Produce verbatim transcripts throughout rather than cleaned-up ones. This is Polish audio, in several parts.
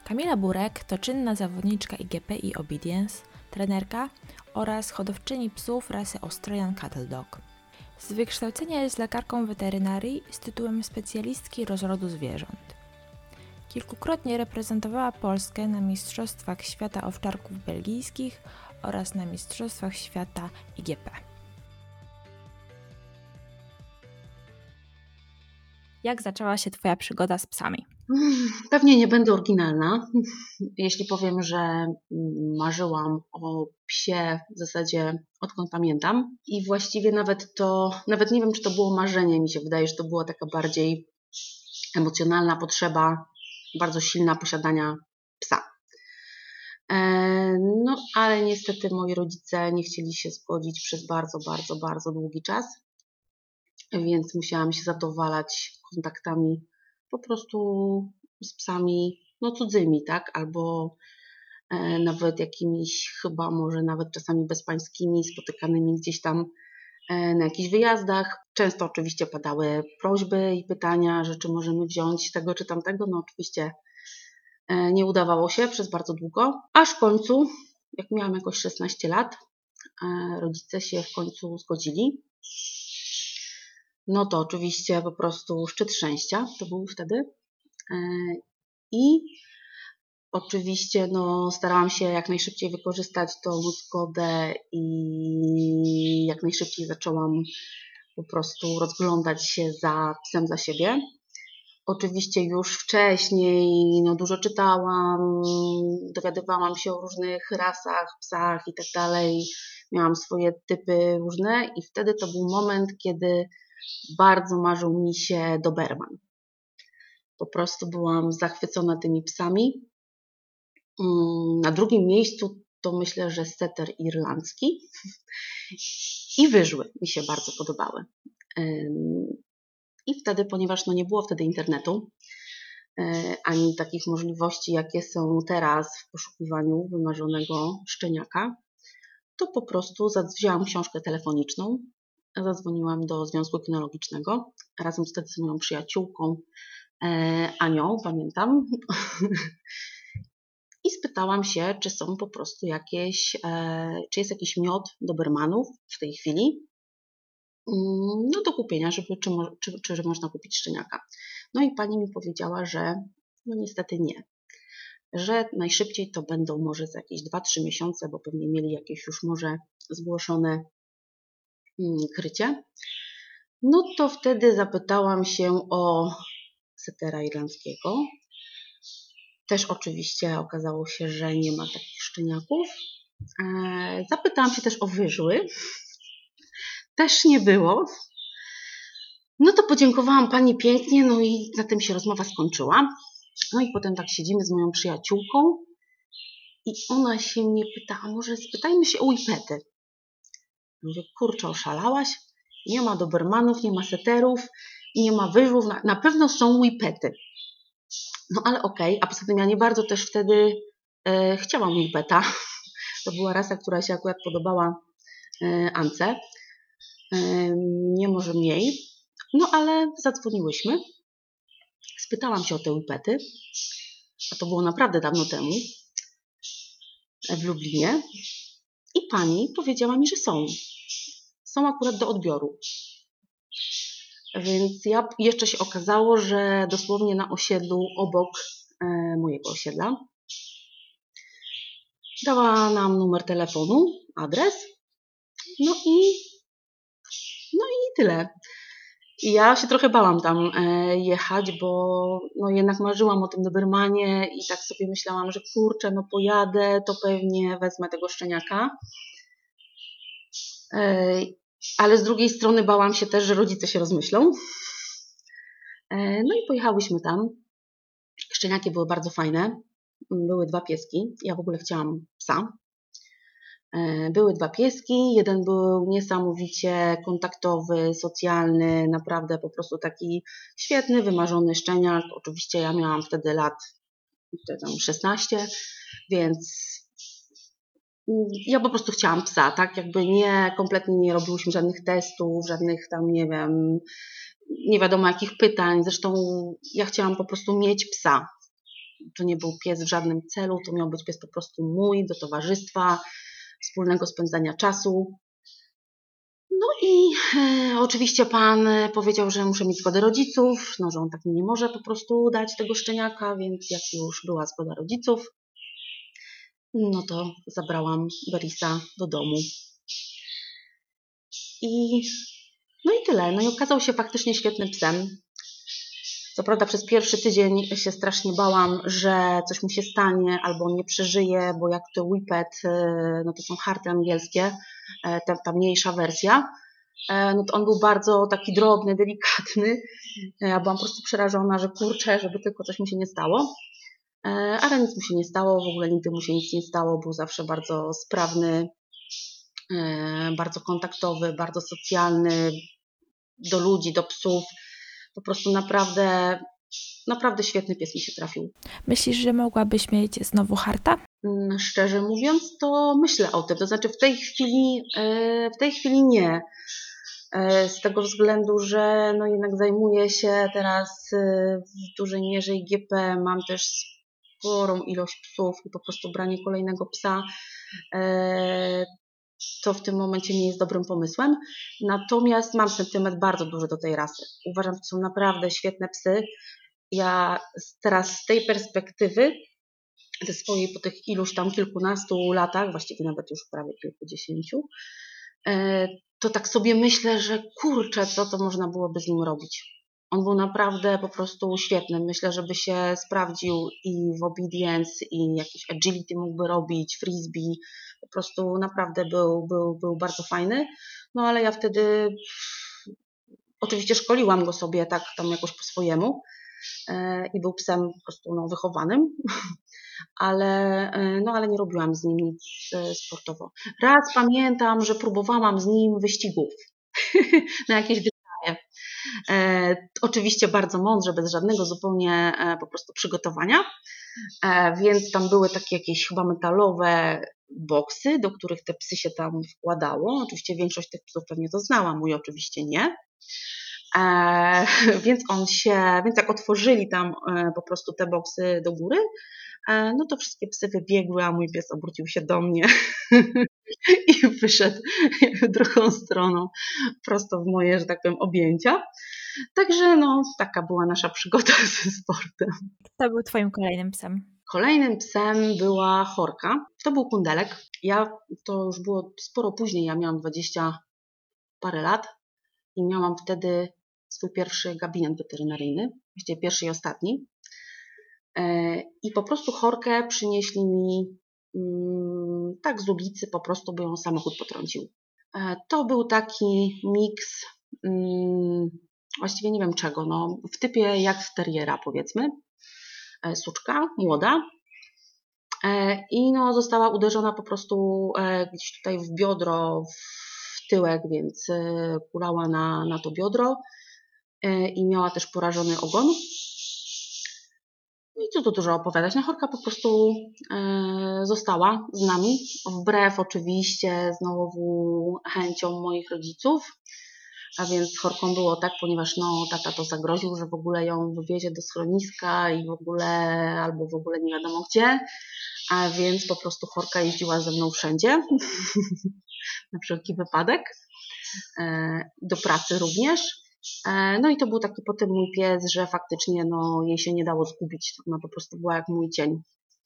Kamila Burek to czynna zawodniczka I G P i Obedience, trenerka oraz hodowczyni psów rasy Australian Cattle Dog. Z wykształcenia jest lekarką weterynarii z tytułem specjalistki rozrodu zwierząt. Kilkukrotnie reprezentowała Polskę na Mistrzostwach Świata Owczarków Belgijskich oraz na Mistrzostwach Świata I G P. Jak zaczęła się Twoja przygoda z psami? Pewnie nie będę oryginalna, jeśli powiem, że marzyłam o psie w zasadzie odkąd pamiętam i właściwie nawet to, nawet nie wiem, czy to było marzenie, mi się wydaje, że to była taka bardziej emocjonalna potrzeba, bardzo silna posiadania psa. No ale niestety moi rodzice nie chcieli się zgodzić przez bardzo, bardzo, bardzo długi czas, więc musiałam się zadowalać kontaktami po prostu z psami no cudzymi, tak? Albo e, nawet jakimiś chyba może nawet czasami bezpańskimi, spotykanymi gdzieś tam e, na jakichś wyjazdach. Często oczywiście padały prośby i pytania, że czy możemy wziąć tego czy tamtego. No oczywiście e, nie udawało się przez bardzo długo, aż w końcu, jak miałam jakoś szesnaście lat, e, rodzice się w końcu zgodzili. No to oczywiście po prostu szczyt szczęścia to był wtedy. I oczywiście no, starałam się jak najszybciej wykorzystać tą zgodę i jak najszybciej zaczęłam po prostu rozglądać się za psem dla siebie. Oczywiście już wcześniej no, dużo czytałam, dowiadywałam się o różnych rasach, psach i tak dalej. Miałam swoje typy różne i wtedy to był moment, kiedy bardzo marzył mi się Doberman. Po prostu byłam zachwycona tymi psami. Na drugim miejscu to myślę, że setter irlandzki i wyżły mi się bardzo podobały. I wtedy, ponieważ no nie było wtedy internetu, ani takich możliwości, jakie są teraz w poszukiwaniu wymarzonego szczeniaka, to po prostu wzięłam książkę telefoniczną, zadzwoniłam do Związku Kynologicznego razem wtedy z moją przyjaciółką Anią, pamiętam, i spytałam się, czy są po prostu jakieś, czy jest jakiś miod Dobermanów w tej chwili no do kupienia, żeby, czy, czy, czy, czy można kupić szczeniaka. No i pani mi powiedziała, że no niestety nie, że najszybciej to będą może za jakieś dwa trzy miesiące, bo pewnie mieli jakieś już może zgłoszone krycie. No to wtedy zapytałam się o setera irlandzkiego. Też oczywiście okazało się, że nie ma takich szczeniaków. Zapytałam się też o wyżły. Też nie było. No to podziękowałam pani pięknie, no i na tym się rozmowa skończyła. No i potem tak siedzimy z moją przyjaciółką i ona się mnie pyta, a może spytajmy się o whippety. Mówię, kurczę, oszalałaś? Nie ma dobermanów, nie ma seterów, nie ma wyżłów, na, na pewno są whippety. No ale okej, okay. A poza tym ja nie bardzo też wtedy e, chciałam whippeta. To była rasa, która się akurat podobała e, Ance. E, nie może mniej. No ale zadzwoniłyśmy. Spytałam się o te whippety. A to było naprawdę dawno temu. W Lublinie. I pani powiedziała mi, że są. Są akurat do odbioru. Więc ja jeszcze się okazało, że dosłownie na osiedlu obok e, mojego osiedla dała nam numer telefonu, adres, no i no i tyle. I ja się trochę bałam tam e, jechać, bo no jednak marzyłam o tym Dobermanie i tak sobie myślałam, że kurczę, no pojadę, to pewnie wezmę tego szczeniaka. E, ale z drugiej strony bałam się też, że rodzice się rozmyślą. E, no i pojechałyśmy tam. Szczeniaki były bardzo fajne. Były dwa pieski. Ja w ogóle chciałam psa. Były dwa pieski. Jeden był niesamowicie kontaktowy, socjalny, naprawdę po prostu taki świetny, wymarzony szczeniak. Oczywiście ja miałam wtedy lat tam szesnaście, więc ja po prostu chciałam psa, tak? Jakby nie, kompletnie nie robiłyśmy żadnych testów, żadnych tam, nie wiem, nie wiadomo jakich pytań. Zresztą ja chciałam po prostu mieć psa. to nie był pies w żadnym celu, to miał być pies po prostu mój, do towarzystwa, wspólnego spędzania czasu. No i e, oczywiście pan powiedział, że muszę mieć zgodę rodziców, no że on tak mi nie może po prostu dać tego szczeniaka, więc jak już była zgoda rodziców, no to zabrałam Berisa do domu. I no i tyle. No i okazał się faktycznie świetnym psem. Co prawda przez pierwszy tydzień się strasznie bałam, że coś mu się stanie albo on nie przeżyje, bo jak to Whippet, no to są harty angielskie, ta, ta mniejsza wersja, no to on był bardzo taki drobny, delikatny. Ja byłam po prostu przerażona, że kurczę, żeby tylko coś mu się nie stało. Ale nic mu się nie stało, w ogóle nigdy mu się nic nie stało, był zawsze bardzo sprawny, bardzo kontaktowy, bardzo socjalny, do ludzi, do psów. Po prostu naprawdę, naprawdę świetny pies mi się trafił. Myślisz, że mogłabyś mieć znowu harta? Szczerze mówiąc, to myślę o tym. To znaczy w tej chwili, w tej chwili nie. Z tego względu, że no jednak zajmuję się teraz w dużej mierze I G P. Mam też sporą ilość psów i po prostu branie kolejnego psa to w tym momencie nie jest dobrym pomysłem. Natomiast mam sentyment bardzo duży do tej rasy. Uważam, że to są naprawdę świetne psy. Ja teraz z tej perspektywy, ze swojej po tych iluś tam kilkunastu latach, właściwie nawet już prawie kilkudziesięciu, to tak sobie myślę, że kurczę, co to można byłoby z nim robić. On był naprawdę po prostu świetny. Myślę, żeby się sprawdził i w obedience, i jakiś agility mógłby robić, frisbee. Po prostu naprawdę był, był, był bardzo fajny. No ale ja wtedy oczywiście szkoliłam go sobie tak tam jakoś po swojemu i był psem po prostu no, wychowanym, ale, no, ale nie robiłam z nim nic sportowo. Raz pamiętam, że próbowałam z nim wyścigów na jakieś wyprawie. E, oczywiście bardzo mądrze, bez żadnego zupełnie e, po prostu przygotowania, e, więc tam były takie jakieś chyba metalowe boksy, do których te psy się tam wkładało. Oczywiście większość tych psów pewnie to znała, mój oczywiście nie. E, więc on się, więc jak otworzyli tam e, po prostu te boksy do góry, e, no to wszystkie psy wybiegły, a mój pies obrócił się do mnie i wyszedł drugą stroną prosto w moje, że tak powiem, objęcia. Także no, taka była nasza przygoda ze sportem. Kto był twoim kolejnym psem? Kolejnym psem była Horka. To był kundelek. Ja, to już było sporo później, ja miałam dwadzieścia parę lat i miałam wtedy swój pierwszy gabinet weterynaryjny, właściwie pierwszy i ostatni. I po prostu Horkę przynieśli mi mm, tak z ulicy, po prostu, bo ją samochód potrącił. To był taki miks, mm, właściwie nie wiem czego, no, w typie jak z teriera, powiedzmy. Suczka, młoda. I no, została uderzona po prostu gdzieś tutaj w biodro, w tyłek, więc kulała na, na to biodro i miała też porażony ogon. No i co tu dużo opowiadać, no Horka po prostu została z nami, wbrew oczywiście znowu chęciom moich rodziców. A więc Horką było tak, ponieważ no, tata to zagroził, że w ogóle ją wywiezie do schroniska i w ogóle, albo w ogóle nie wiadomo gdzie. A więc po prostu Horka jeździła ze mną wszędzie, na wszelki wypadek, do pracy również. No i to był taki potem mój pies, że faktycznie no, jej się nie dało zgubić. Ona po prostu była jak mój cień.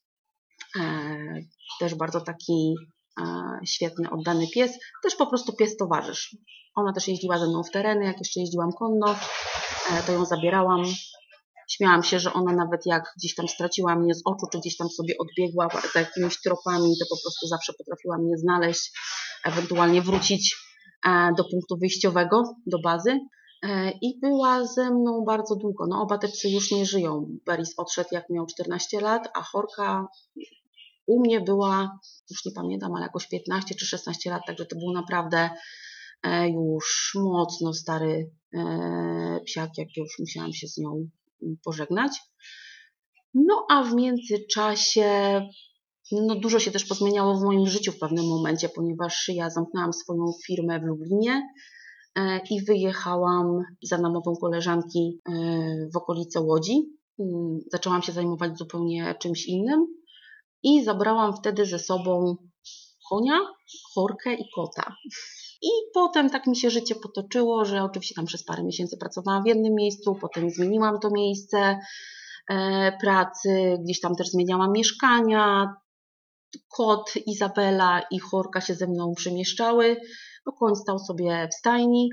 Też bardzo taki świetny, oddany pies. Też po prostu pies towarzysz. Ona też jeździła ze mną w tereny, jak jeszcze jeździłam konno, to ją zabierałam. Śmiałam się, że ona nawet jak gdzieś tam straciła mnie z oczu, czy gdzieś tam sobie odbiegła za jakimiś tropami, to po prostu zawsze potrafiła mnie znaleźć, ewentualnie wrócić do punktu wyjściowego, do bazy. I była ze mną bardzo długo. No oba te psy już nie żyją. Beris odszedł jak miał czternaście lat, a Horka u mnie była, już nie pamiętam, ale jakoś piętnaście czy szesnaście lat, także to był naprawdę już mocno stary psiak, jak już musiałam się z nią pożegnać. No a w międzyczasie no dużo się też pozmieniało w moim życiu w pewnym momencie, ponieważ ja zamknęłam swoją firmę w Lublinie i wyjechałam za namową koleżanki w okolice Łodzi. zaczęłam się zajmować zupełnie czymś innym i zabrałam wtedy ze sobą konia, Horkę i kota. I potem tak mi się życie potoczyło, że oczywiście tam przez parę miesięcy pracowałam w jednym miejscu, potem zmieniłam to miejsce e, pracy, gdzieś tam też zmieniałam mieszkania. Kot, Izabela i Horka się ze mną przemieszczały. No, koń stał sobie w stajni,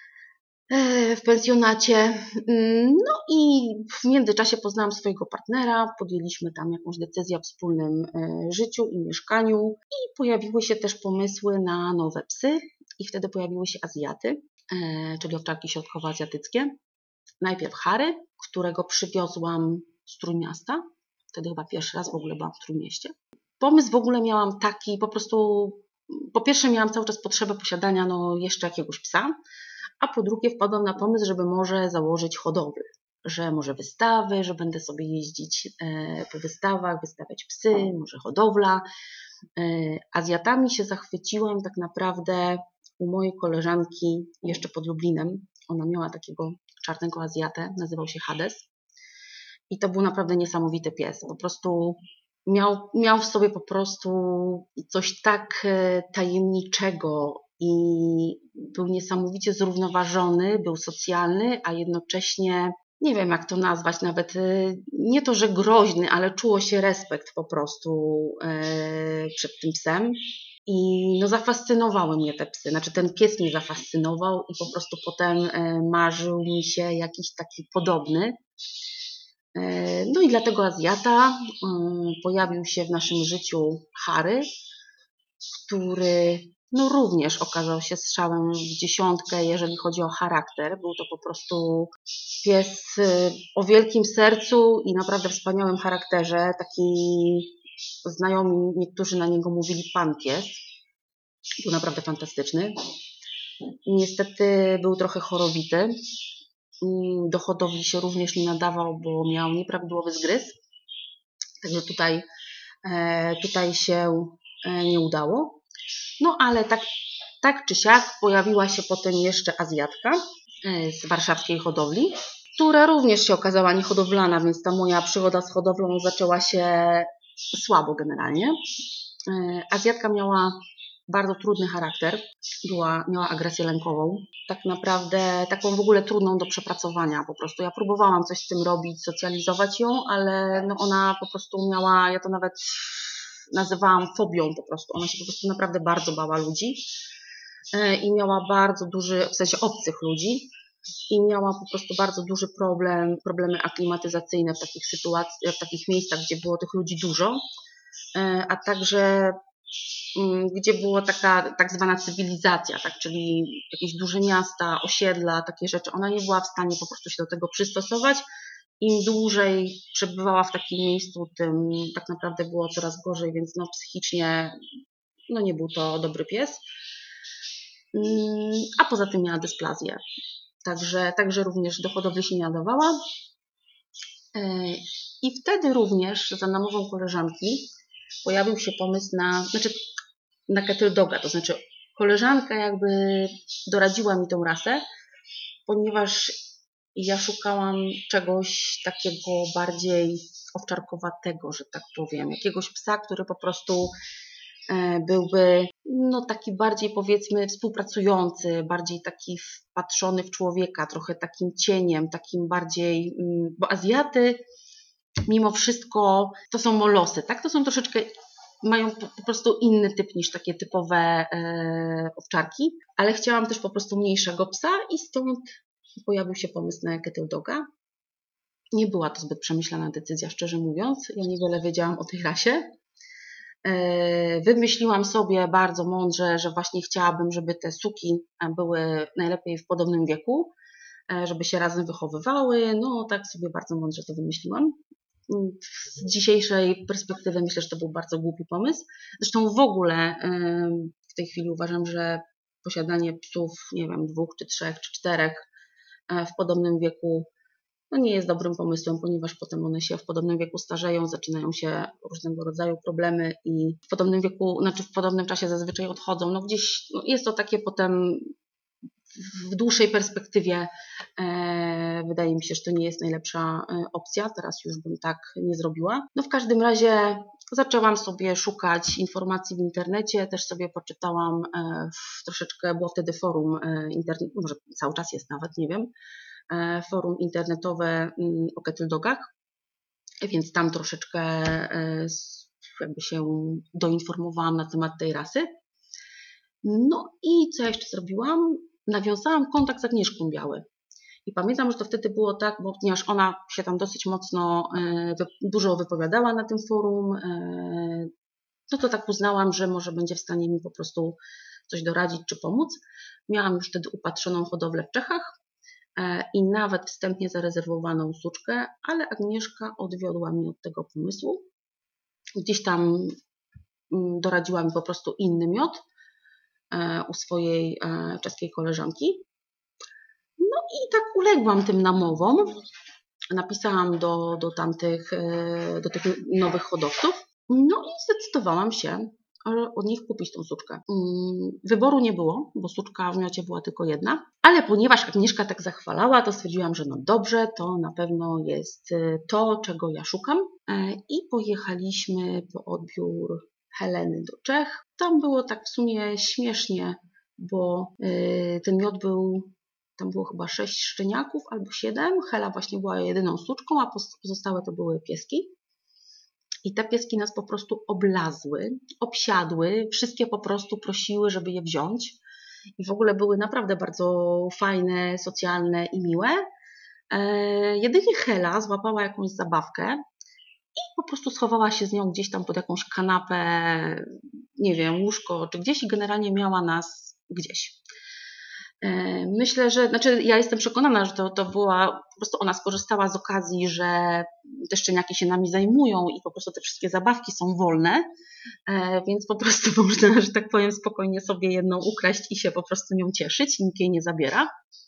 w pensjonacie. No i w międzyczasie poznałam swojego partnera, podjęliśmy tam jakąś decyzję o wspólnym życiu i mieszkaniu i pojawiły się też pomysły na nowe psy i wtedy pojawiły się Azjaty, czyli owczarki środkowoazjatyckie. Najpierw Harry, którego przywiozłam z Trójmiasta. Wtedy chyba pierwszy raz w ogóle byłam w Trójmieście. Pomysł w ogóle miałam taki, po prostu po pierwsze miałam cały czas potrzebę posiadania no, jeszcze jakiegoś psa, a po drugie wpadłam na pomysł, żeby może założyć hodowlę, że może wystawy, że będę sobie jeździć po wystawach, wystawiać psy, może hodowla. Azjatami się zachwyciłam tak naprawdę u mojej koleżanki jeszcze pod Lublinem. Ona miała takiego czarnego Azjatę, nazywał się Hades i to był naprawdę niesamowity pies. Po prostu miał, miał w sobie po prostu coś tak tajemniczego i był niesamowicie zrównoważony, był socjalny, a jednocześnie nie wiem jak to nazwać, nawet nie to, że groźny, ale czuło się respekt po prostu przed tym psem. I no zafascynowały mnie te psy, znaczy ten pies mnie zafascynował i po prostu potem marzył mi się jakiś taki podobny. No i dlatego Azjata. Pojawił się w naszym życiu Harry, który no również okazał się strzałem w dziesiątkę, jeżeli chodzi o charakter. Był to po prostu pies o wielkim sercu i naprawdę wspaniałym charakterze. Taki znajomi, niektórzy na niego mówili pan pies. Był naprawdę fantastyczny. Niestety był trochę chorowity. Do hodowli się również nie nadawał, bo miał nieprawidłowy zgryz. Także tutaj, tutaj się nie udało. No ale tak, tak czy siak pojawiła się potem jeszcze Azjatka z warszawskiej hodowli, która również się okazała niehodowlana, więc ta moja przygoda z hodowlą zaczęła się słabo generalnie. Azjatka miała bardzo trudny charakter, była, miała agresję lękową, tak naprawdę taką w ogóle trudną do przepracowania po prostu. Ja próbowałam coś z tym robić, socjalizować ją, ale no ona po prostu miała, ja to nawet nazywałam fobią po prostu, ona się po prostu naprawdę bardzo bała ludzi i miała bardzo duży, w sensie obcych ludzi i miała po prostu bardzo duży problem, problemy aklimatyzacyjne w takich sytuacjach, w takich miejscach, gdzie było tych ludzi dużo, a także gdzie była taka tak zwana cywilizacja, tak, czyli jakieś duże miasta, osiedla, takie rzeczy. Ona nie była w stanie po prostu się do tego przystosować. Im dłużej przebywała w takim miejscu, tym tak naprawdę było coraz gorzej, więc no psychicznie no nie był to dobry pies. A poza tym miała dysplazję. Także, także również do hodowli się nie nadawała. I wtedy również za namową koleżanki pojawił się pomysł na, znaczy na Kettle Doga, to znaczy koleżanka jakby doradziła mi tą rasę, ponieważ ja szukałam czegoś takiego bardziej owczarkowatego, że tak powiem, jakiegoś psa, który po prostu byłby no taki bardziej powiedzmy współpracujący, bardziej taki wpatrzony w człowieka, trochę takim cieniem, takim bardziej, bo Azjaty mimo wszystko to są molosy, tak? To są troszeczkę, mają po prostu inny typ niż takie typowe e, owczarki, ale chciałam też po prostu mniejszego psa i stąd pojawił się pomysł na Kettle Doga. Nie była to zbyt przemyślana decyzja, szczerze mówiąc. Ja niewiele wiedziałam o tej rasie. E, wymyśliłam sobie bardzo mądrze, że właśnie chciałabym, żeby te suki były najlepiej w podobnym wieku, e, żeby się razem wychowywały. No tak sobie bardzo mądrze to wymyśliłam. Z dzisiejszej perspektywy myślę, że to był bardzo głupi pomysł. Zresztą w ogóle w tej chwili uważam, że posiadanie psów, nie wiem, dwóch, czy trzech, czy czterech w podobnym wieku no nie jest dobrym pomysłem, ponieważ potem one się w podobnym wieku starzeją, zaczynają się różnego rodzaju problemy i w podobnym wieku, znaczy w podobnym czasie zazwyczaj odchodzą. No gdzieś no jest to takie potem w dłuższej perspektywie e, wydaje mi się, że to nie jest najlepsza e, opcja. Teraz już bym tak nie zrobiła. No w każdym razie zaczęłam sobie szukać informacji w internecie. Też sobie poczytałam e, w, troszeczkę, było wtedy forum e, internet, może cały czas jest nawet, nie wiem, e, forum internetowe m, o kettle-dogach, więc tam troszeczkę e, jakby się doinformowałam na temat tej rasy. No i co jeszcze zrobiłam? Nawiązałam kontakt z Agnieszką Biały. I pamiętam, że to wtedy było tak, bo ponieważ ona się tam dosyć mocno, dużo wypowiadała na tym forum, no to tak uznałam, że może będzie w stanie mi po prostu coś doradzić czy pomóc. Miałam już wtedy upatrzoną hodowlę w Czechach i nawet wstępnie zarezerwowaną suczkę, ale Agnieszka odwiodła mnie od tego pomysłu. Gdzieś tam doradziła mi po prostu inny miod u swojej czeskiej koleżanki. No i tak uległam tym namowom. Napisałam do, do tamtych, do tych nowych hodowców. No i zdecydowałam się od nich kupić tą suczkę. Wyboru nie było, bo suczka w miocie była tylko jedna, ale ponieważ Agnieszka tak zachwalała, to stwierdziłam, że no dobrze, to na pewno jest to, czego ja szukam. I pojechaliśmy po odbiór Heleny do Czech. Tam było tak w sumie śmiesznie, bo ten miod był, tam było chyba sześć szczeniaków albo siedem. Hela właśnie była jedyną suczką, a pozostałe to były pieski. I te pieski nas po prostu oblazły, obsiadły, wszystkie po prostu prosiły, żeby je wziąć. I w ogóle były naprawdę bardzo fajne, socjalne i miłe. E, jedynie Hela złapała jakąś zabawkę i po prostu schowała się z nią gdzieś tam pod jakąś kanapę, nie wiem, łóżko czy gdzieś i generalnie miała nas gdzieś. Myślę, że, znaczy ja jestem przekonana, że to, to była, po prostu ona skorzystała z okazji, że te szczeniaki się nami zajmują i po prostu te wszystkie zabawki są wolne, więc po prostu można, że tak powiem, spokojnie sobie jedną ukraść i się po prostu nią cieszyć, nikt jej nie zabiera.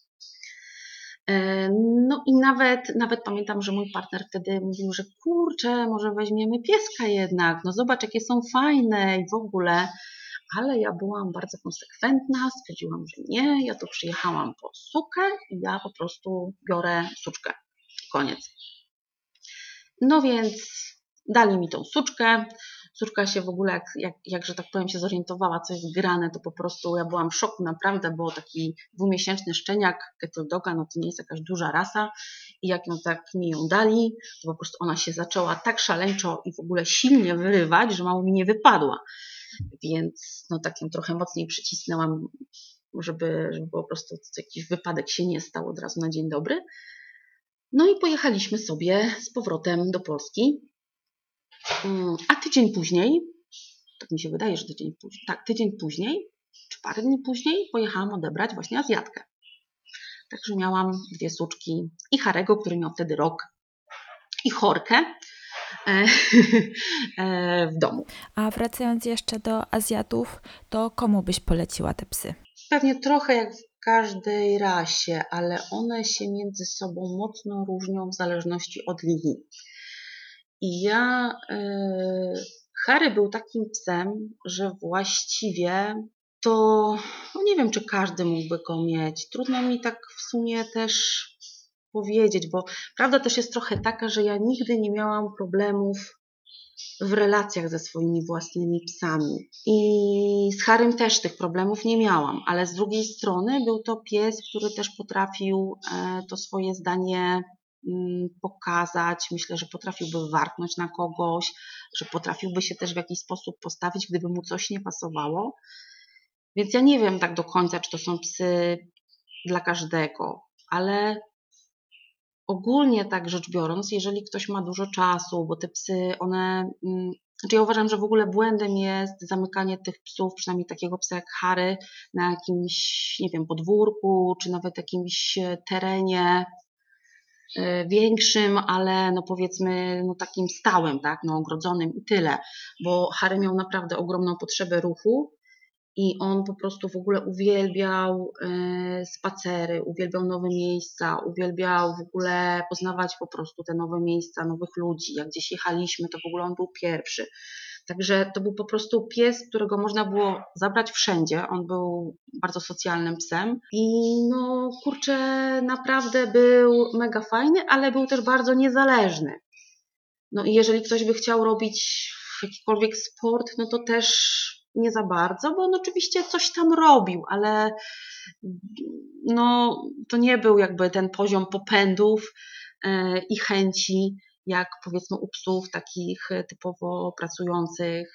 No i nawet, nawet pamiętam, że mój partner wtedy mówił, że kurczę, może weźmiemy pieska jednak, no zobacz jakie są fajne i w ogóle. Ale ja byłam bardzo konsekwentna, stwierdziłam, że nie, ja tu przyjechałam po sukę i ja po prostu biorę suczkę. Koniec. No więc dali mi tą suczkę. Suczka się w ogóle, jak, jak, jak że tak powiem, się zorientowała, co jest grane, to po prostu ja byłam w szoku naprawdę, bo taki dwumiesięczny szczeniak kettle-doga, no to nie jest jakaś duża rasa i jak ją tak mi ją dali, to po prostu ona się zaczęła tak szaleńczo i w ogóle silnie wyrywać, że mało mi nie wypadła. Więc no tak ją trochę mocniej przycisnęłam, żeby, żeby po prostu jakiś wypadek się nie stał od razu na dzień dobry. No i pojechaliśmy sobie z powrotem do Polski. A tydzień później, tak mi się wydaje, że tydzień później, tak, tydzień później, czy parę dni później pojechałam odebrać właśnie Azjatkę. Także miałam dwie suczki i Harego, który miał wtedy rok, i Chorkę w domu. A wracając jeszcze do Azjatów, to komu byś poleciła te psy? Pewnie trochę jak w każdej rasie, ale one się między sobą mocno różnią w zależności od linii. I ja, yy, Harry był takim psem, że właściwie to, no nie wiem, czy każdy mógłby go mieć. Trudno mi tak w sumie też powiedzieć, bo prawda też jest trochę taka, że ja nigdy nie miałam problemów w relacjach ze swoimi własnymi psami. I z Harrym też tych problemów nie miałam, ale z drugiej strony był to pies, który też potrafił to swoje zdanie pokazać. Myślę, że potrafiłby warknąć na kogoś, że potrafiłby się też w jakiś sposób postawić, gdyby mu coś nie pasowało. Więc ja nie wiem tak do końca, czy to są psy dla każdego, ale ogólnie tak rzecz biorąc, jeżeli ktoś ma dużo czasu, bo te psy, one, znaczy ja uważam, że w ogóle błędem jest zamykanie tych psów, przynajmniej takiego psa jak Harry, na jakimś, nie wiem, podwórku, czy nawet jakimś terenie większym, ale no powiedzmy no takim stałym, tak, no ogrodzonym i tyle, bo Harry miał naprawdę ogromną potrzebę ruchu i on po prostu w ogóle uwielbiał spacery, uwielbiał nowe miejsca, uwielbiał w ogóle poznawać po prostu te nowe miejsca, nowych ludzi. Jak gdzieś jechaliśmy, to w ogóle on był pierwszy. Także to był po prostu pies, którego można było zabrać wszędzie. On był bardzo socjalnym psem i no kurczę, naprawdę był mega fajny, ale był też bardzo niezależny. No i jeżeli ktoś by chciał robić jakikolwiek sport, no to też nie za bardzo, bo on oczywiście coś tam robił, ale no to nie był jakby ten poziom popędów e, i chęci, jak powiedzmy u psów takich typowo pracujących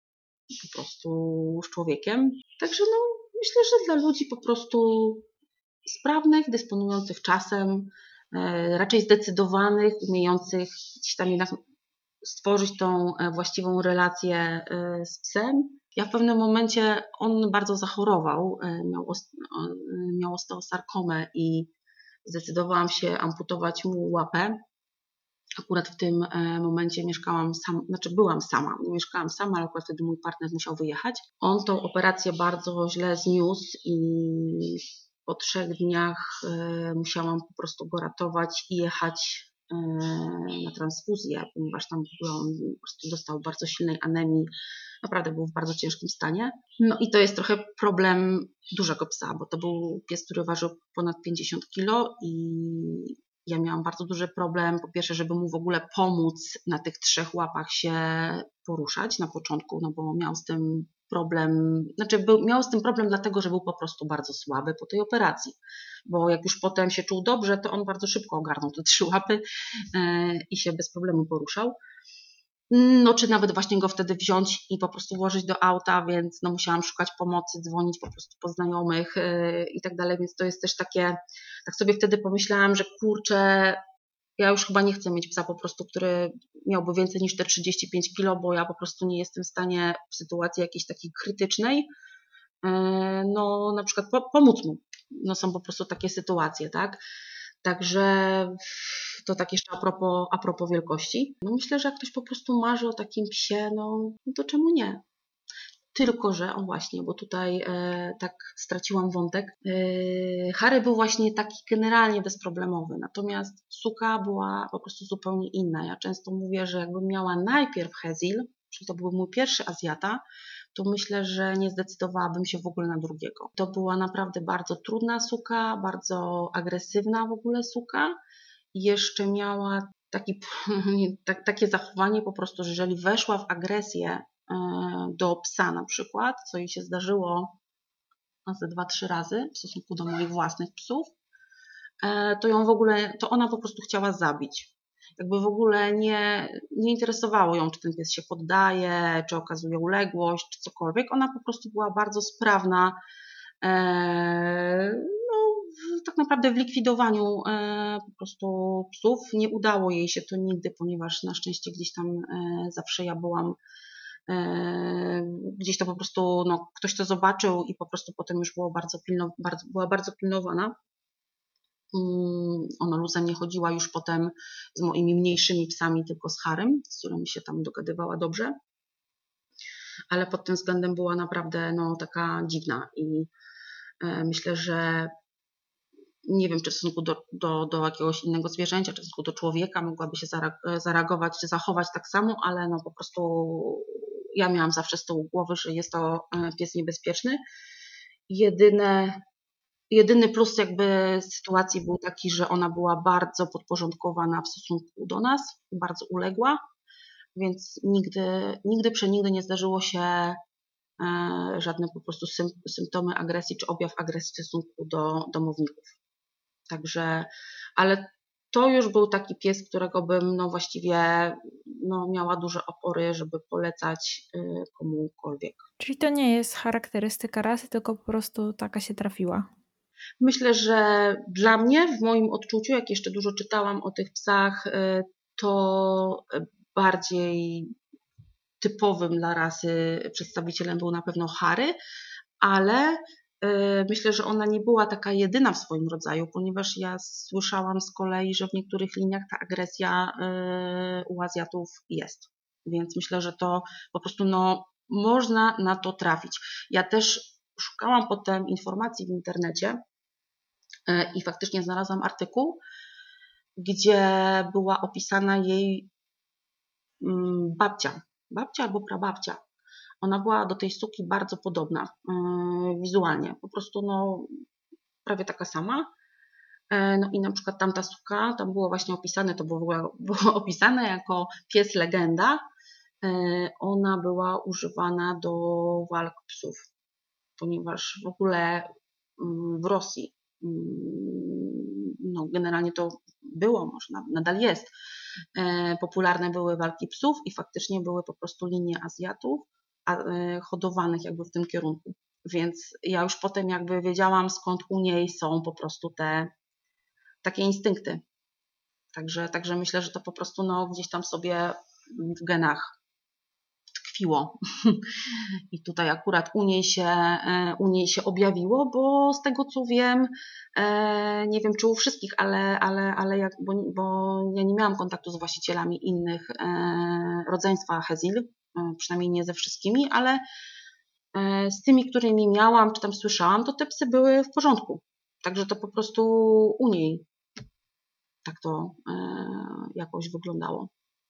po prostu z człowiekiem. Także no myślę, że dla ludzi po prostu sprawnych, dysponujących czasem, e, raczej zdecydowanych, umiejących gdzieś tam jednak stworzyć tą właściwą relację z psem. Ja w pewnym momencie on bardzo zachorował, miał, miał osteosarkomę i zdecydowałam się amputować mu łapę. Akurat w tym momencie mieszkałam sama, znaczy byłam sama, nie mieszkałam sama, ale akurat wtedy mój partner musiał wyjechać. On tą operację bardzo źle zniósł i po trzech dniach musiałam po prostu go ratować i jechać na transfuzję, ponieważ tam on po prostu dostał bardzo silnej anemii, naprawdę był w bardzo ciężkim stanie. No i to jest trochę problem dużego psa, bo to był pies, który ważył ponad pięćdziesiąt kilo i ja miałam bardzo duży problem, po pierwsze, żeby mu w ogóle pomóc na tych trzech łapach się poruszać na początku, no bo miał z tym problem, znaczy był, miał z tym problem dlatego, że był po prostu bardzo słaby po tej operacji, bo jak już potem się czuł dobrze, to on bardzo szybko ogarnął te trzy łapy yy, i się bez problemu poruszał. No czy nawet właśnie go wtedy wziąć i po prostu włożyć do auta, więc no musiałam szukać pomocy, dzwonić po prostu po znajomych yy, i tak dalej, więc to jest też takie, tak sobie wtedy pomyślałam, że kurczę, ja już chyba nie chcę mieć psa po prostu, który miałby więcej niż te trzydzieści pięć kilo, bo ja po prostu nie jestem w stanie w sytuacji jakiejś takiej krytycznej, yy, no na przykład po, pomóc mu. No są po prostu takie sytuacje, tak? Także to tak jeszcze a propos, a propos wielkości. No myślę, że jak ktoś po prostu marzy o takim psie, no, no to czemu nie? Tylko że, o właśnie, bo tutaj e, tak straciłam wątek. E, Harry był właśnie taki generalnie bezproblemowy, natomiast Suka była po prostu zupełnie inna. Ja często mówię, że jakbym miała najpierw Hezil, czyli to był mój pierwszy Azjata, to myślę, że nie zdecydowałabym się w ogóle na drugiego. To była naprawdę bardzo trudna suka, bardzo agresywna w ogóle suka i jeszcze miała taki, tak, takie zachowanie po prostu, że jeżeli weszła w agresję do psa na przykład, co jej się zdarzyło ze dwa, trzy razy w stosunku do moich własnych psów, to ją w ogóle, to ona po prostu chciała zabić. Jakby w ogóle nie, nie interesowało ją, czy ten pies się poddaje, czy okazuje uległość, czy cokolwiek. Ona po prostu była bardzo sprawna, no, tak naprawdę w likwidowaniu po prostu psów. Nie udało jej się to nigdy, ponieważ na szczęście gdzieś tam zawsze ja byłam, gdzieś to po prostu, no, ktoś to zobaczył i po prostu potem już było bardzo pilno, bardzo, była bardzo pilnowana. Ona luzem nie chodziła już potem z moimi mniejszymi psami, tylko z Harrym, z którymi się tam dogadywała dobrze. Ale pod tym względem była naprawdę no, taka dziwna i myślę, że nie wiem, czy w stosunku do, do, do jakiegoś innego zwierzęcia, czy w stosunku do człowieka mogłaby się zareagować, czy zachować tak samo, ale no po prostu ja miałam zawsze z tyłu głowy, że jest to pies niebezpieczny. Jedyne Jedyny plus jakby sytuacji był taki, że ona była bardzo podporządkowana w stosunku do nas, bardzo uległa, więc nigdy, nigdy przenigdy nie zdarzyło się e, żadne po prostu sym, symptomy agresji czy objaw agresji w stosunku do domowników. Także, ale to już był taki pies, którego bym no właściwie no, miała duże opory, żeby polecać y, komukolwiek. Czyli to nie jest charakterystyka rasy, tylko po prostu taka się trafiła. Myślę, że dla mnie, w moim odczuciu, jak jeszcze dużo czytałam o tych psach, to bardziej typowym dla rasy przedstawicielem był na pewno Harry, ale myślę, że ona nie była taka jedyna w swoim rodzaju, ponieważ ja słyszałam z kolei, że w niektórych liniach ta agresja u Azjatów jest. Więc myślę, że to po prostu no, można na to trafić. Ja też szukałam potem informacji w internecie, i faktycznie znalazłam artykuł, gdzie była opisana jej babcia, babcia albo prababcia. Ona była do tej suki bardzo podobna yy, wizualnie, po prostu no, prawie taka sama. Yy, no i na przykład tamta suka, tam było właśnie opisane, to było, było opisane jako pies legenda. Yy, ona była używana do walk psów, ponieważ w ogóle yy, w Rosji yy, no generalnie to było, może nadal jest, yy, popularne były walki psów i faktycznie były po prostu linie Azjatów, hodowanych jakby w tym kierunku. Więc ja już potem jakby wiedziałam, skąd u niej są po prostu te takie instynkty. Także, także myślę, że to po prostu no, gdzieś tam sobie w genach tkwiło. I tutaj akurat u niej się, u niej się objawiło, bo z tego co wiem, nie wiem czy u wszystkich, ale, ale, ale jak, bo, bo ja nie miałam kontaktu z właścicielami innych rodzeństwa Hezil, przynajmniej nie ze wszystkimi, ale z tymi, którymi miałam, czy tam słyszałam, to te psy były w porządku. Także to po prostu u niej tak to jakoś wyglądało.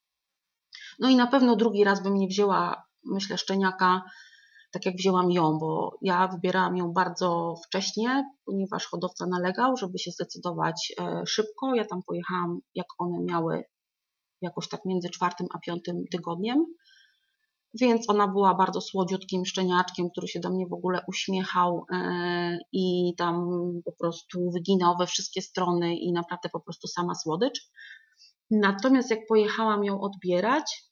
No i na pewno drugi raz bym nie wzięła, myślę, szczeniaka, tak jak wzięłam ją, bo ja wybierałam ją bardzo wcześnie, ponieważ hodowca nalegał, żeby się zdecydować szybko. Ja tam pojechałam, jak one miały jakoś tak między czwartym a piątym tygodniem. Więc ona była bardzo słodziutkim szczeniaczkiem, który się do mnie w ogóle uśmiechał i tam po prostu wyginał we wszystkie strony i naprawdę po prostu sama słodycz. Natomiast jak pojechałam ją odbierać,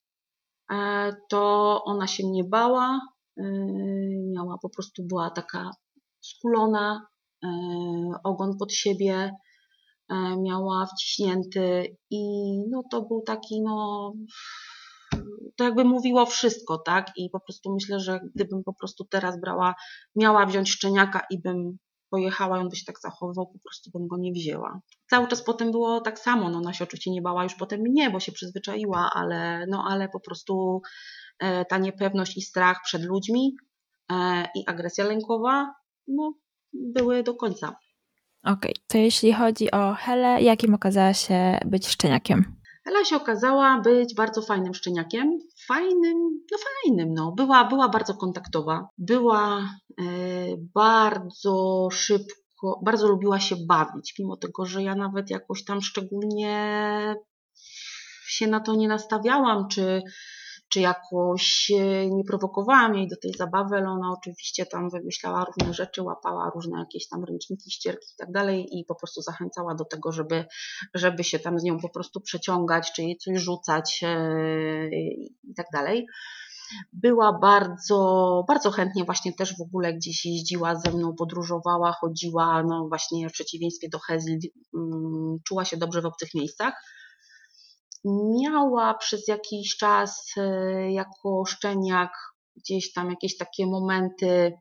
to ona się mnie bała, miała po prostu, była taka skulona, ogon pod siebie, miała wciśnięty i no to był taki no... to jakby mówiło wszystko, tak? I po prostu myślę, że gdybym po prostu teraz brała, miała wziąć szczeniaka i bym pojechała, on by się tak zachowywał, po prostu bym go nie wzięła. Cały czas potem było tak samo, no ona się oczywiście nie bała już potem mnie, bo się przyzwyczaiła, ale, no, ale po prostu e, ta niepewność i strach przed ludźmi e, i agresja lękowa, no, były do końca. Okej, okay, to jeśli chodzi o Helę, jakim okazała się być szczeniakiem? Hela się okazała być bardzo fajnym szczeniakiem. Fajnym, no fajnym, no. Była, była bardzo kontaktowa. Była e, bardzo szybko, bardzo lubiła się bawić, mimo tego, że ja nawet jakoś tam szczególnie się na to nie nastawiałam, czy, czy jakoś nie prowokowałam jej do tej zabawy, ale ona oczywiście tam wymyślała różne rzeczy, łapała różne jakieś tam ręczniki, ścierki i tak dalej i po prostu zachęcała do tego, żeby, żeby się tam z nią po prostu przeciągać, czy jej coś rzucać i tak dalej. Była bardzo, bardzo chętnie właśnie też w ogóle gdzieś jeździła ze mną, podróżowała, chodziła, no właśnie w przeciwieństwie do Hezil, czuła się dobrze w obcych miejscach. Miała przez jakiś czas jako szczeniak gdzieś tam jakieś takie momenty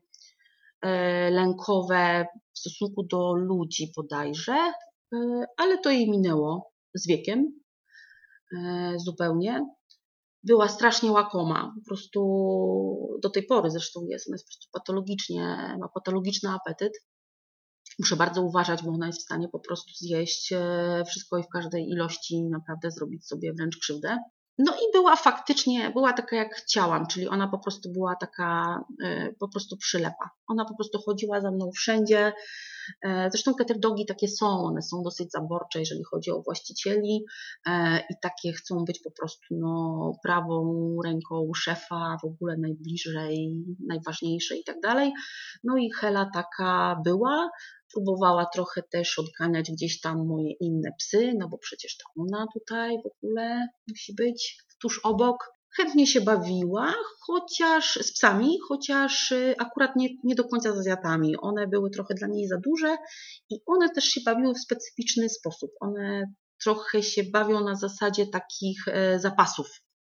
lękowe w stosunku do ludzi bodajże, ale to jej minęło z wiekiem zupełnie. Była strasznie łakoma, po prostu do tej pory zresztą jest, ona jest po prostu patologicznie, ma patologiczny apetyt. Muszę bardzo uważać, bo ona jest w stanie po prostu zjeść wszystko i w każdej ilości, naprawdę zrobić sobie wręcz krzywdę. No i była faktycznie, była taka jak chciałam, czyli ona po prostu była taka po prostu przylepa. Ona po prostu chodziła za mną wszędzie. Zresztą catterdogi takie są, one są dosyć zaborcze, jeżeli chodzi o właścicieli i takie chcą być po prostu no, prawą ręką szefa, w ogóle najbliżej, najważniejsze i tak dalej. No i Hela taka była. Próbowała trochę też odganiać gdzieś tam moje inne psy, no bo przecież to ona tutaj w ogóle musi być tuż obok. Chętnie się bawiła, chociaż z psami, chociaż akurat nie, nie do końca z Azjatami. One były trochę dla niej za duże i one też się bawiły w specyficzny sposób. One trochę się bawią na zasadzie takich zapasów.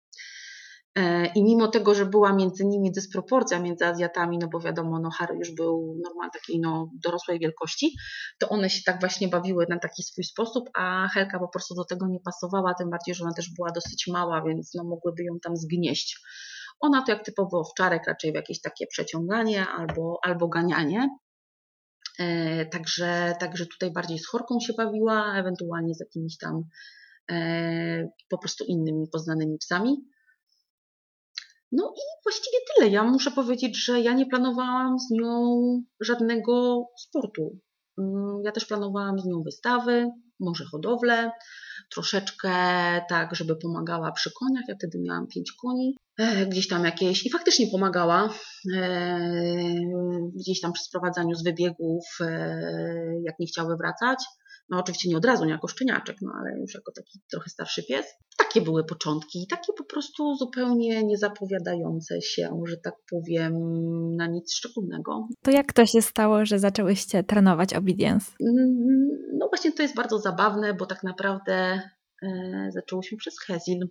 I mimo tego, że była między nimi dysproporcja między Azjatami, no bo wiadomo, no Harry już był normalnie takiej no, dorosłej wielkości, to one się tak właśnie bawiły na taki swój sposób, a Helka po prostu do tego nie pasowała, tym bardziej, że ona też była dosyć mała, więc no, mogłyby ją tam zgnieść. Ona to jak typowo owczarek, raczej w jakieś takie przeciąganie albo, albo ganianie. E, także, także tutaj bardziej z Horką się bawiła, ewentualnie z jakimiś tam e, po prostu innymi poznanymi psami. No i właściwie tyle. Ja muszę powiedzieć, że ja nie planowałam z nią żadnego sportu. Ja też planowałam z nią wystawy, może hodowlę, troszeczkę tak, żeby pomagała przy koniach. Ja wtedy miałam pięć koni, gdzieś tam jakieś i faktycznie pomagała gdzieś tam przy sprowadzaniu z wybiegów, jak nie chciały wracać. No oczywiście nie od razu, nie jako szczeniaczek, no ale już jako taki trochę starszy pies. Takie były początki, takie po prostu zupełnie niezapowiadające się, że tak powiem, na nic szczególnego. To jak to się stało, że zaczęłyście trenować obedience? No właśnie to jest bardzo zabawne, bo tak naprawdę e, zaczęło się przez Hezil.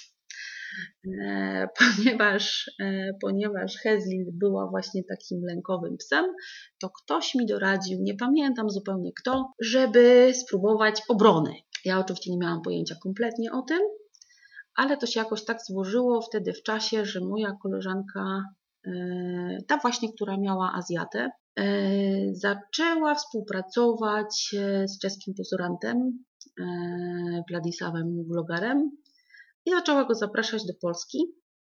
E, ponieważ, e, ponieważ Hezil była właśnie takim lękowym psem, to ktoś mi doradził, nie pamiętam zupełnie kto, żeby spróbować obrony. Ja oczywiście nie miałam pojęcia kompletnie o tym, ale to się jakoś tak złożyło wtedy w czasie, że moja koleżanka, e, ta właśnie, która miała Azjatę, e, zaczęła współpracować e, z czeskim pozorantem, e, Władysławem Vlogarem, i zaczęła go zapraszać do Polski,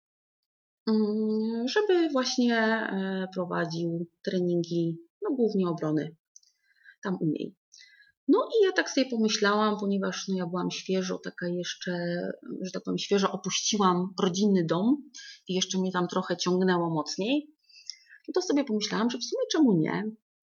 żeby właśnie prowadził treningi, no głównie obrony, tam u niej. No i ja tak sobie pomyślałam, ponieważ no ja byłam świeżo taka jeszcze, że tak powiem, świeżo opuściłam rodzinny dom i jeszcze mnie tam trochę ciągnęło mocniej, no to sobie pomyślałam, że w sumie czemu nie?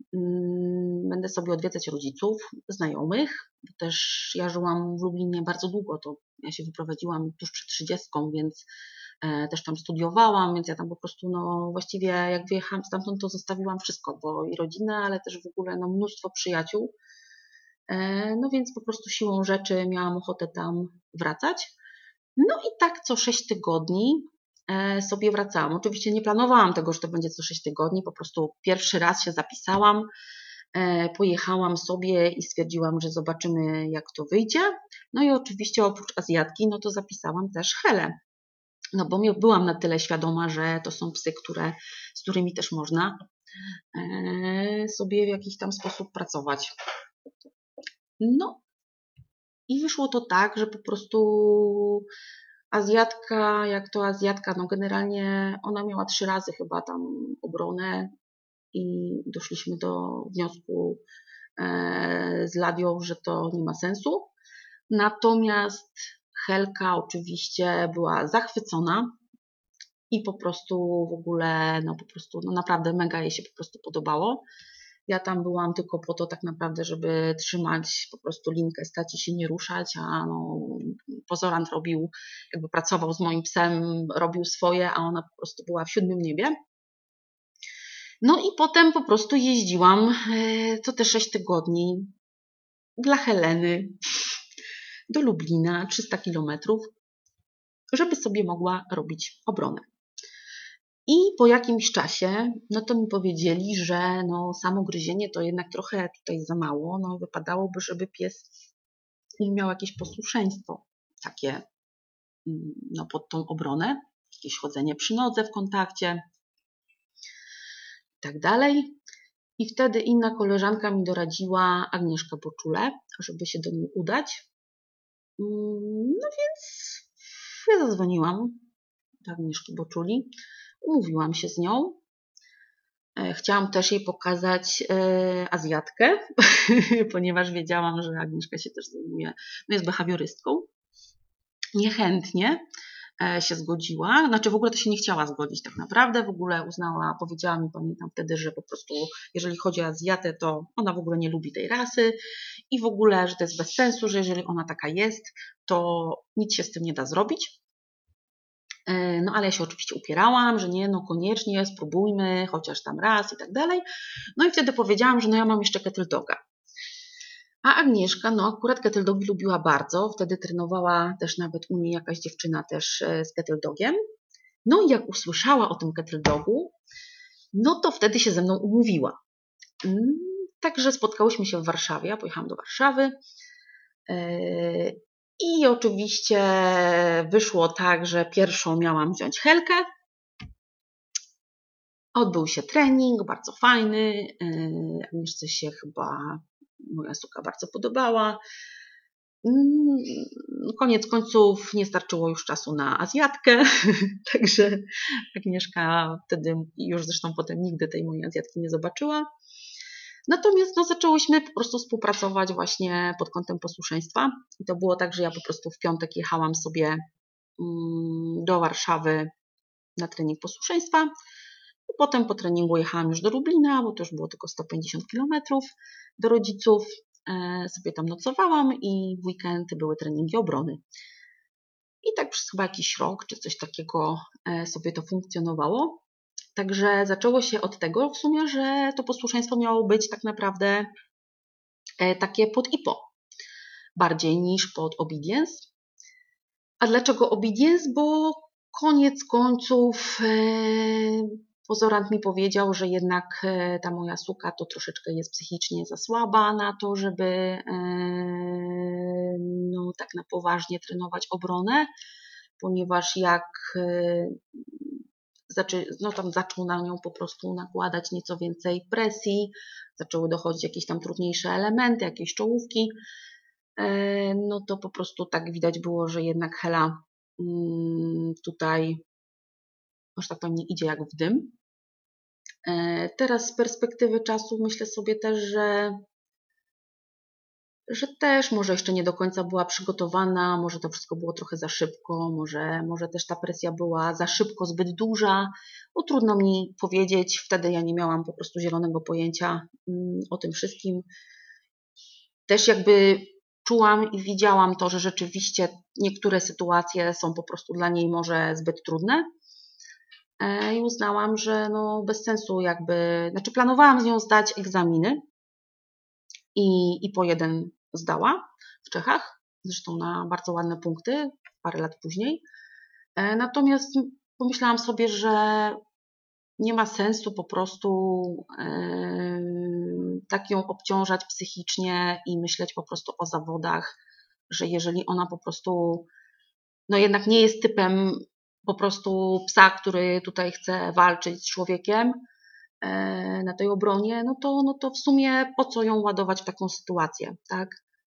Będę sobie odwiedzać rodziców, znajomych, bo też ja żyłam w Lublinie bardzo długo, to ja się wyprowadziłam tuż przed trzydziestką, więc też tam studiowałam, więc ja tam po prostu, no właściwie jak wyjechałam stamtąd, to zostawiłam wszystko, bo i rodzinę, ale też w ogóle no, mnóstwo przyjaciół, no więc po prostu siłą rzeczy miałam ochotę tam wracać. No i tak co sześć tygodni sobie wracałam. Oczywiście nie planowałam tego, że to będzie co sześć tygodni, po prostu pierwszy raz się zapisałam, pojechałam sobie i stwierdziłam, że zobaczymy jak to wyjdzie. No i oczywiście oprócz Azjatki, no to zapisałam też Helę. No bo byłam na tyle świadoma, że to są psy, które, z którymi też można sobie w jakiś tam sposób pracować. No i wyszło to tak, że po prostu Azjatka, jak to Azjatka, no generalnie ona miała trzy razy chyba tam obronę i doszliśmy do wniosku z Ladią, że to nie ma sensu. Natomiast Helka oczywiście była zachwycona i po prostu w ogóle, no po prostu, no naprawdę mega jej się po prostu podobało. Ja tam byłam tylko po to tak naprawdę, żeby trzymać po prostu linkę, stać i się nie ruszać, a no, pozorant robił, jakby pracował z moim psem, robił swoje, a ona po prostu była w siódmym niebie. No i potem po prostu jeździłam co te sześć tygodni dla Heleny do Lublina, trzysta kilometrów, żeby sobie mogła robić obronę. I po jakimś czasie, no to mi powiedzieli, że no samo gryzienie to jednak trochę tutaj za mało, no wypadałoby, żeby pies miał jakieś posłuszeństwo takie no pod tą obronę, jakieś chodzenie przy nodze w kontakcie i tak dalej. I wtedy inna koleżanka mi doradziła, Agnieszka Boczule, żeby się do niej udać. No więc ja zadzwoniłam do Agnieszki Boczuli, umówiłam się z nią. Chciałam też jej pokazać Azjatkę, ponieważ wiedziałam, że Agnieszka się też zajmuje, no jest behawiorystką. Niechętnie się zgodziła, znaczy w ogóle to się nie chciała zgodzić tak naprawdę, w ogóle uznała, powiedziała mi, pamiętam wtedy, że po prostu jeżeli chodzi o Azjatę, to ona w ogóle nie lubi tej rasy i w ogóle, że to jest bez sensu, że jeżeli ona taka jest, to nic się z tym nie da zrobić. No ale ja się oczywiście upierałam, że nie, no koniecznie, spróbujmy, chociaż tam raz i tak dalej. No i wtedy powiedziałam, że no ja mam jeszcze kettle doga. A Agnieszka, no akurat kettle dogi lubiła bardzo, wtedy trenowała też nawet u niej jakaś dziewczyna też z kettle dogiem. No i jak usłyszała o tym kettle dogu, no to wtedy się ze mną umówiła. Także spotkałyśmy się w Warszawie, ja pojechałam do Warszawy. I oczywiście wyszło tak, że pierwszą miałam wziąć Helkę. Odbył się trening, bardzo fajny. Agnieszce się chyba moja suka bardzo podobała. Koniec końców nie starczyło już czasu na Azjatkę, także Agnieszka wtedy już zresztą potem nigdy tej mojej Azjatki nie zobaczyła. Natomiast no, zaczęłyśmy po prostu współpracować właśnie pod kątem posłuszeństwa. I to było tak, że ja po prostu w piątek jechałam sobie do Warszawy na trening posłuszeństwa. Potem po treningu jechałam już do Lublina, bo to już było tylko sto pięćdziesiąt kilometrów do rodziców. Sobie tam nocowałam i w weekendy były treningi obrony. I tak przez chyba jakiś rok czy coś takiego sobie to funkcjonowało. Także zaczęło się od tego w sumie, że to posłuszeństwo miało być tak naprawdę takie pod I P O, bardziej niż pod obedience. A dlaczego obedience? Bo koniec końców pozorant mi powiedział, że jednak ta moja suka to troszeczkę jest psychicznie za słaba na to, żeby no, tak na poważnie trenować obronę, ponieważ jak zaczy, no, tam zaczął na nią po prostu nakładać nieco więcej presji, zaczęły dochodzić jakieś tam trudniejsze elementy, jakieś czołówki, no to po prostu tak widać było, że jednak Hela tutaj, że tak powiem, nie idzie jak w dym. Teraz z perspektywy czasu myślę sobie też, że, że też może jeszcze nie do końca była przygotowana, może to wszystko było trochę za szybko, może, może też ta presja była za szybko zbyt duża. No, trudno mi powiedzieć, wtedy ja nie miałam po prostu zielonego pojęcia o tym wszystkim. Też jakby czułam i widziałam to, że rzeczywiście niektóre sytuacje są po prostu dla niej może zbyt trudne. I uznałam, że no bez sensu jakby, znaczy planowałam z nią zdać egzaminy i, i po jeden zdała w Czechach, zresztą na bardzo ładne punkty, parę lat później. Natomiast pomyślałam sobie, że nie ma sensu po prostu yy, tak ją obciążać psychicznie i myśleć po prostu o zawodach, że jeżeli ona po prostu no jednak nie jest typem po prostu psa, który tutaj chce walczyć z człowiekiem na tej obronie, no to, no to w sumie po co ją ładować w taką sytuację, tak?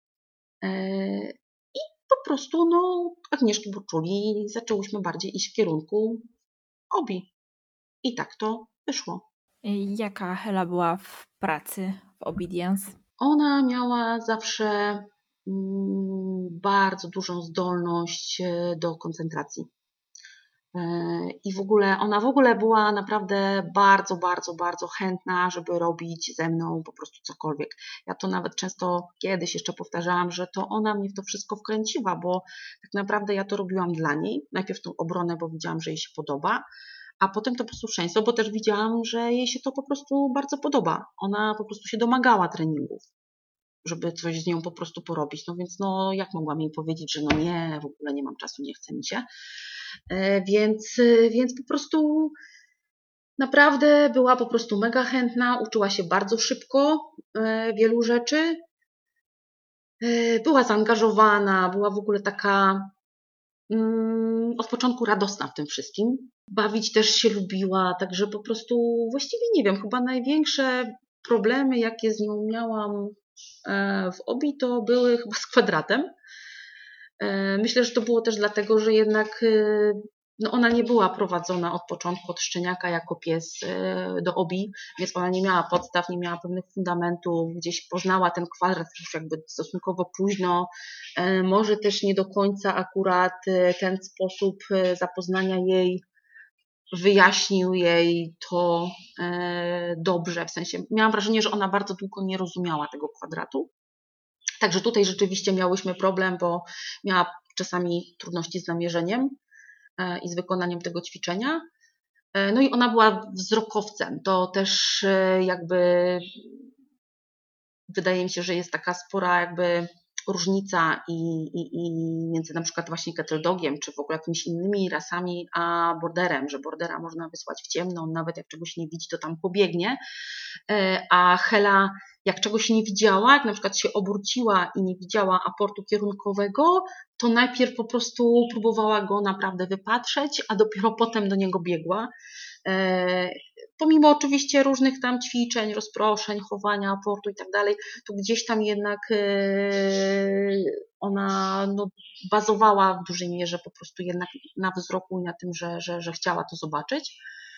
I po prostu no Agnieszki Burczuli i zaczęłyśmy bardziej iść w kierunku obi. I tak to wyszło. Jaka Hela była w pracy w obedience? Ona miała zawsze mm, bardzo dużą zdolność do koncentracji. I w ogóle, ona w ogóle była naprawdę bardzo, bardzo, bardzo chętna, żeby robić ze mną po prostu cokolwiek. Ja to nawet często kiedyś jeszcze powtarzałam, że to ona mnie w to wszystko wkręciła, bo tak naprawdę ja to robiłam dla niej. Najpierw tą obronę, bo widziałam, że jej się podoba, a potem to posłuszeństwo, bo też widziałam, że jej się to po prostu bardzo podoba. Ona po prostu się domagała treningów, żeby coś z nią po prostu porobić. No więc no jak mogłam jej powiedzieć, że no nie, w ogóle nie mam czasu, nie chce mi się. Więc, więc po prostu naprawdę była po prostu mega chętna, uczyła się bardzo szybko wielu rzeczy. Była zaangażowana, była w ogóle taka od początku radosna w tym wszystkim. Bawić też się lubiła, także po prostu właściwie nie wiem, chyba największe problemy, jakie z nią miałam w obi, to były chyba z kwadratem. Myślę, że to było też dlatego, że jednak no ona nie była prowadzona od początku, od szczeniaka jako pies do obi, więc ona nie miała podstaw, nie miała pewnych fundamentów, gdzieś poznała ten kwadrat już jakby stosunkowo późno. Może też nie do końca akurat ten sposób zapoznania jej wyjaśnił jej to dobrze, w sensie miałam wrażenie, że ona bardzo długo nie rozumiała tego kwadratu. Także tutaj rzeczywiście miałyśmy problem, bo miała czasami trudności z namierzeniem i z wykonaniem tego ćwiczenia. No i ona była wzrokowcem. To też jakby wydaje mi się, że jest taka spora jakby różnica i, i, i między na przykład właśnie kettle dogiem, czy w ogóle jakimiś innymi rasami, a borderem, że bordera można wysłać w ciemno, on nawet jak czegoś nie widzi, to tam pobiegnie, a Hela jak czegoś nie widziała, jak na przykład się obróciła i nie widziała aportu kierunkowego, to najpierw po prostu próbowała go naprawdę wypatrzeć, a dopiero potem do niego biegła. Pomimo oczywiście różnych tam ćwiczeń, rozproszeń, chowania aportu i tak dalej, to gdzieś tam jednak ona no, bazowała w dużej mierze po prostu jednak na wzroku i na tym, że, że, że chciała to zobaczyć.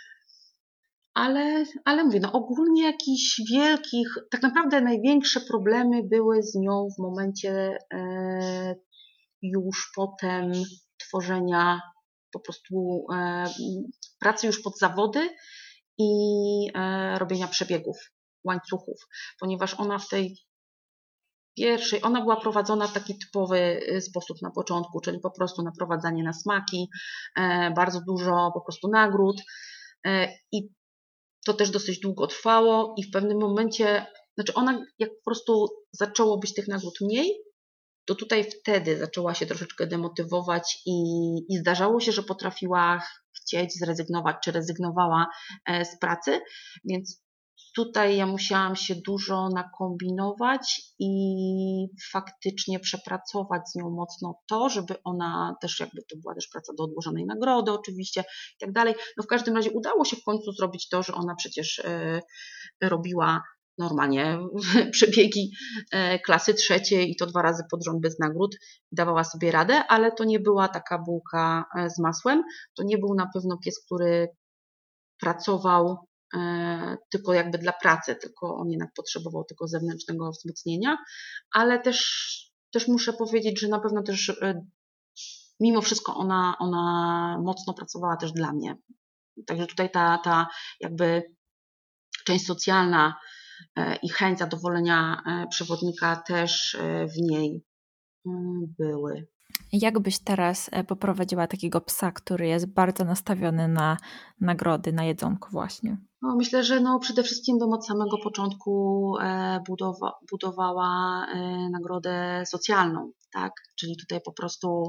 Ale, ale mówię, no ogólnie jakichś wielkich, tak naprawdę największe problemy były z nią w momencie e, już potem tworzenia po prostu e, pracy już pod zawody i e, robienia przebiegów, łańcuchów, ponieważ ona w tej pierwszej, ona była prowadzona w taki typowy sposób na początku, czyli po prostu naprowadzanie na smaki, e, bardzo dużo po prostu nagród e, i to też dosyć długo trwało i w pewnym momencie, znaczy ona jak po prostu zaczęło być tych nagród mniej, to tutaj wtedy zaczęła się troszeczkę demotywować i, i zdarzało się, że potrafiła chcieć zrezygnować, czy rezygnowała z pracy, więc tutaj ja musiałam się dużo nakombinować i faktycznie przepracować z nią mocno to, żeby ona też jakby to była też praca do odłożonej nagrody oczywiście i tak dalej. No w każdym razie udało się w końcu zrobić to, że ona przecież y, robiła normalnie przebiegi klasy trzeciej i to dwa razy pod rząd bez nagród, dawała sobie radę, ale to nie była taka bułka z masłem, to nie był na pewno pies, który pracował tylko jakby dla pracy, tylko on jednak potrzebował tego zewnętrznego wzmocnienia, ale też, też muszę powiedzieć, że na pewno też mimo wszystko ona, ona mocno pracowała też dla mnie. Także tutaj ta, ta jakby część socjalna i chęć zadowolenia przewodnika też w niej były. Jak byś teraz poprowadziła takiego psa, który jest bardzo nastawiony na nagrody, na jedzonko właśnie? No, myślę, że no przede wszystkim bym od samego początku budowa, budowała nagrodę socjalną, tak? Czyli tutaj po prostu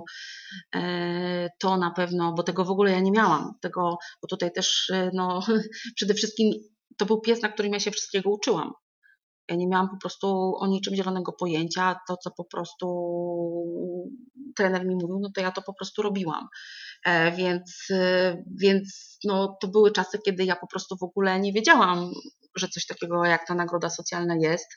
to na pewno, bo tego w ogóle ja nie miałam, tego, bo tutaj też no przede wszystkim to był pies, na którym ja się wszystkiego uczyłam. Ja nie miałam po prostu o niczym zielonego pojęcia. To, co po prostu trener mi mówił, no to ja to po prostu robiłam. Więc, więc no, to były czasy, kiedy ja po prostu w ogóle nie wiedziałam, że coś takiego jak ta nagroda socjalna jest.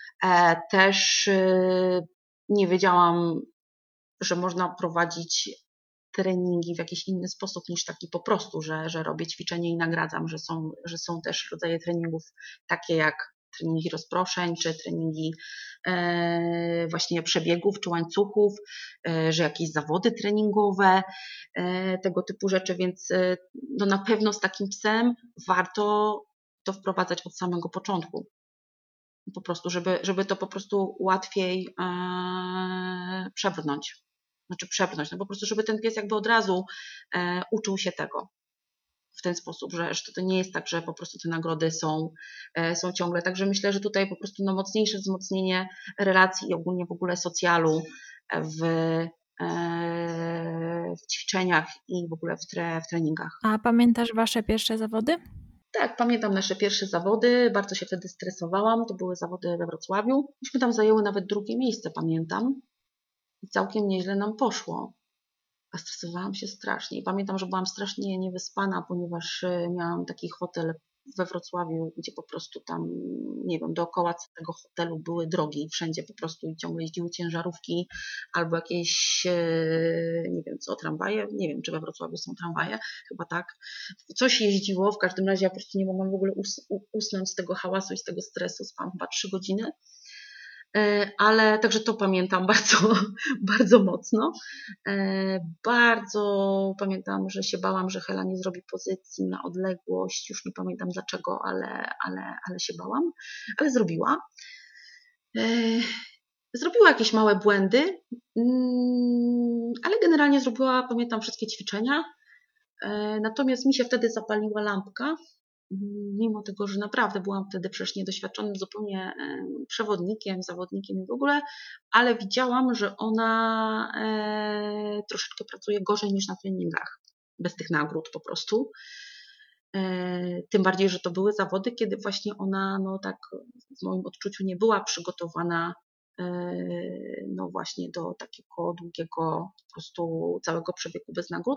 Też nie wiedziałam, że można prowadzić treningi w jakiś inny sposób niż taki po prostu, że, że robię ćwiczenie i nagradzam, że są, że są też rodzaje treningów takie jak treningi rozproszeń, czy treningi e, właśnie przebiegów, czy łańcuchów, e, że jakieś zawody treningowe, e, tego typu rzeczy, więc e, no na pewno z takim psem warto to wprowadzać od samego początku. Po prostu, żeby, żeby to po prostu łatwiej e, przebrnąć. Znaczy przebrnąć, no po prostu, żeby ten pies jakby od razu e, uczył się tego w ten sposób, że, że to nie jest tak, że po prostu te nagrody są, e, są ciągle. Także myślę, że tutaj po prostu no, mocniejsze wzmocnienie relacji i ogólnie w ogóle socjalu w, e, w ćwiczeniach i w ogóle w, tre, w treningach. A pamiętasz wasze pierwsze zawody? Tak, pamiętam nasze pierwsze zawody, bardzo się wtedy stresowałam, to były zawody we Wrocławiu. Myśmy tam zajęły nawet drugie miejsce, pamiętam. I całkiem nieźle nam poszło. A stresowałam się strasznie. I pamiętam, że byłam strasznie niewyspana, ponieważ miałam taki hotel we Wrocławiu, gdzie po prostu tam, nie wiem, dookoła tego hotelu były drogi wszędzie po prostu i ciągle jeździły ciężarówki albo jakieś, nie wiem co, tramwaje. Nie wiem, czy we Wrocławiu są tramwaje, chyba tak. Coś jeździło, w każdym razie ja po prostu nie mogłam w ogóle us- usnąć z tego hałasu i z tego stresu. Spałam chyba trzy godziny. Ale także to pamiętam bardzo, bardzo mocno. Bardzo pamiętam, że się bałam, że Hela nie zrobi pozycji na odległość. Już nie pamiętam dlaczego, ale, ale, ale się bałam. Ale zrobiła. Zrobiła jakieś małe błędy, ale generalnie zrobiła, pamiętam, wszystkie ćwiczenia. Natomiast mi się wtedy zapaliła lampka. Mimo tego, że naprawdę byłam wtedy przecież niedoświadczonym zupełnie przewodnikiem, zawodnikiem i w ogóle, ale widziałam, że ona troszeczkę pracuje gorzej niż na treningach, bez tych nagród po prostu. Tym bardziej, że to były zawody, kiedy właśnie ona, no tak w moim odczuciu nie była przygotowana no właśnie do takiego długiego po prostu całego przebiegu bez nagród.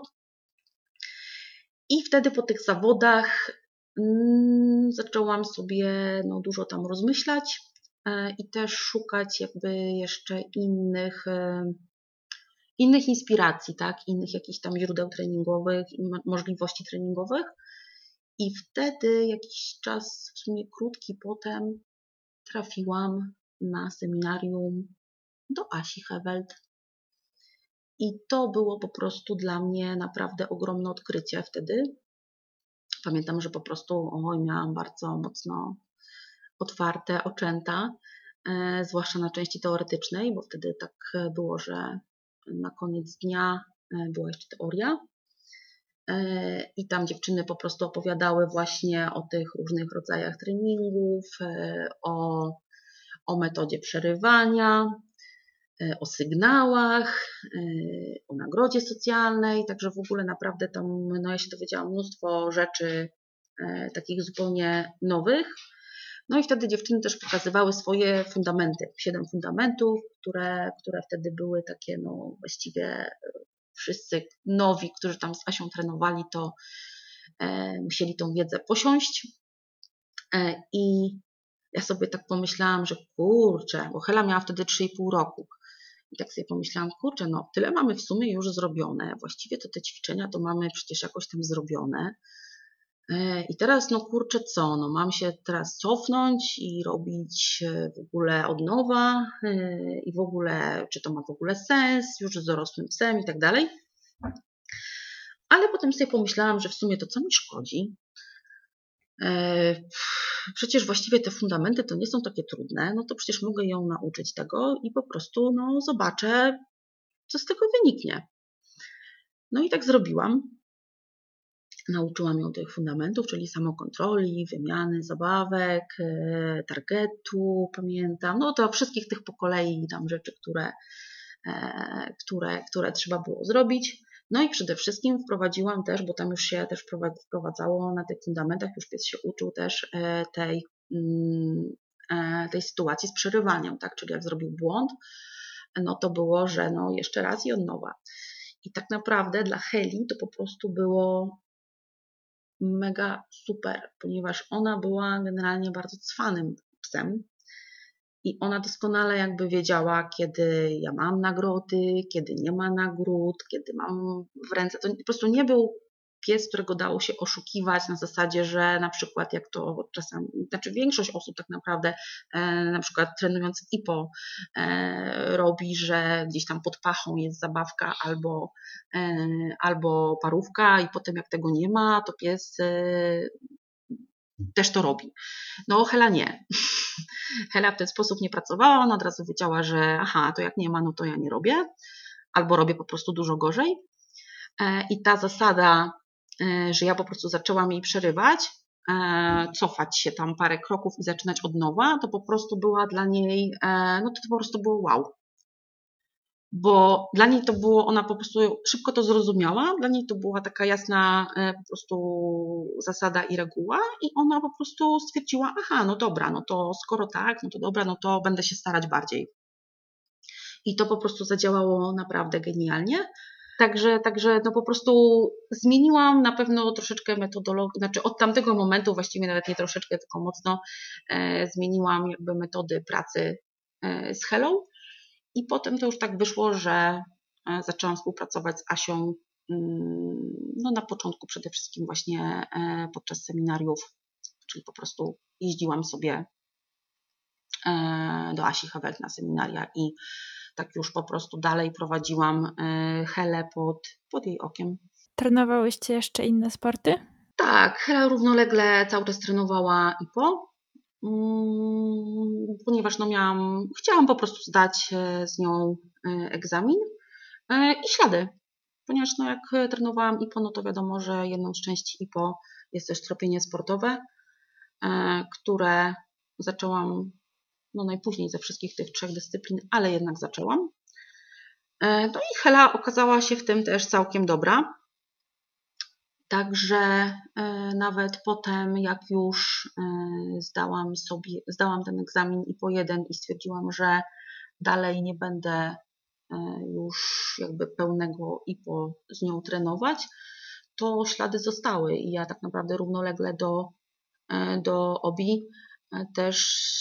I wtedy po tych zawodach zaczęłam sobie no, dużo tam rozmyślać i też szukać jakby jeszcze innych, innych inspiracji, tak? Innych jakichś tam źródeł treningowych i możliwości treningowych. I wtedy jakiś czas, w sumie krótki potem, trafiłam na seminarium do Asi Hewelt. I to było po prostu dla mnie naprawdę ogromne odkrycie wtedy. Pamiętam, że po prostu oj, miałam bardzo mocno otwarte oczęta, e, zwłaszcza na części teoretycznej, bo wtedy tak było, że na koniec dnia była jeszcze teoria. I tam dziewczyny po prostu opowiadały właśnie o tych różnych rodzajach treningów, o, o metodzie przerywania, o sygnałach, o nagrodzie socjalnej, także w ogóle naprawdę tam no ja się dowiedziałam mnóstwo rzeczy takich zupełnie nowych. No i wtedy dziewczyny też pokazywały swoje fundamenty, siedem fundamentów, które, które wtedy były takie no właściwie wszyscy nowi, którzy tam z Asią trenowali, to e, musieli tą wiedzę posiąść. E, I ja sobie tak pomyślałam, że kurczę, bo Hela miała wtedy trzy i pół roku. I tak sobie pomyślałam, kurczę, no tyle mamy w sumie już zrobione. Właściwie to te ćwiczenia to mamy przecież jakoś tam zrobione. E, I teraz, no kurczę, co? No mam się teraz cofnąć i robić w ogóle od nowa e, i w ogóle, czy to ma w ogóle sens, już z dorosłym psem i tak dalej. Ale potem sobie pomyślałam, że w sumie to co mi szkodzi? Przecież właściwie te fundamenty to nie są takie trudne, no to przecież mogę ją nauczyć tego i po prostu no, zobaczę, co z tego wyniknie. No i tak zrobiłam. Nauczyłam ją tych fundamentów, czyli samokontroli, wymiany zabawek, targetu, pamiętam, no to wszystkich tych po kolei tam rzeczy, które, które, które trzeba było zrobić. No i przede wszystkim wprowadziłam też, bo tam już się też wprowadzało na tych fundamentach, już pies się uczył też tej, tej sytuacji z przerywaniem, tak? Czyli jak zrobił błąd, no to było, że no jeszcze raz i od nowa. I tak naprawdę dla Heli to po prostu było mega super, ponieważ ona była generalnie bardzo cwanym psem. I ona doskonale jakby wiedziała, kiedy ja mam nagrody, kiedy nie ma nagród, kiedy mam w ręce. To po prostu nie był pies, którego dało się oszukiwać na zasadzie, że na przykład jak to czasem, znaczy większość osób tak naprawdę e, na przykład trenując I P O e, robi, że gdzieś tam pod pachą jest zabawka albo, e, albo parówka i potem jak tego nie ma, to pies e, też to robi. No Hela nie. Hela w ten sposób nie pracowała, ona od razu wiedziała, że aha, to jak nie ma, no to ja nie robię, albo robię po prostu dużo gorzej. I ta zasada, że ja po prostu zaczęłam jej przerywać, cofać się tam parę kroków i zaczynać od nowa, to po prostu była dla niej, no to, to po prostu było wow. Bo dla niej to było, ona po prostu szybko to zrozumiała, dla niej to była taka jasna po prostu zasada i reguła i ona po prostu stwierdziła, aha, no dobra, no to skoro tak, no to dobra, no to będę się starać bardziej. I to po prostu zadziałało naprawdę genialnie. Także, także no po prostu zmieniłam na pewno troszeczkę metodologię, znaczy od tamtego momentu właściwie nawet nie troszeczkę, tylko mocno e, zmieniłam jakby metody pracy e, z Helą. I potem to już tak wyszło, że zaczęłam współpracować z Asią no na początku przede wszystkim właśnie podczas seminariów, czyli po prostu jeździłam sobie do Asi Hewelt na seminaria i tak już po prostu dalej prowadziłam Helę pod, pod jej okiem. Trenowałyście jeszcze inne sporty? Tak, Hela równolegle cały czas trenowała I P O. Ponieważ no miałam, chciałam po prostu zdać z nią egzamin i ślady, ponieważ no jak trenowałam I P O, no to wiadomo, że jedną z części I P O jest też tropienie sportowe, które zaczęłam no najpóźniej ze wszystkich tych trzech dyscyplin, ale jednak zaczęłam. No i Hela okazała się w tym też całkiem dobra. Także nawet potem, jak już zdałam sobie, zdałam ten egzamin I P O jeden i stwierdziłam, że dalej nie będę już jakby pełnego I P O z nią trenować, to ślady zostały i ja tak naprawdę równolegle do, do Obi też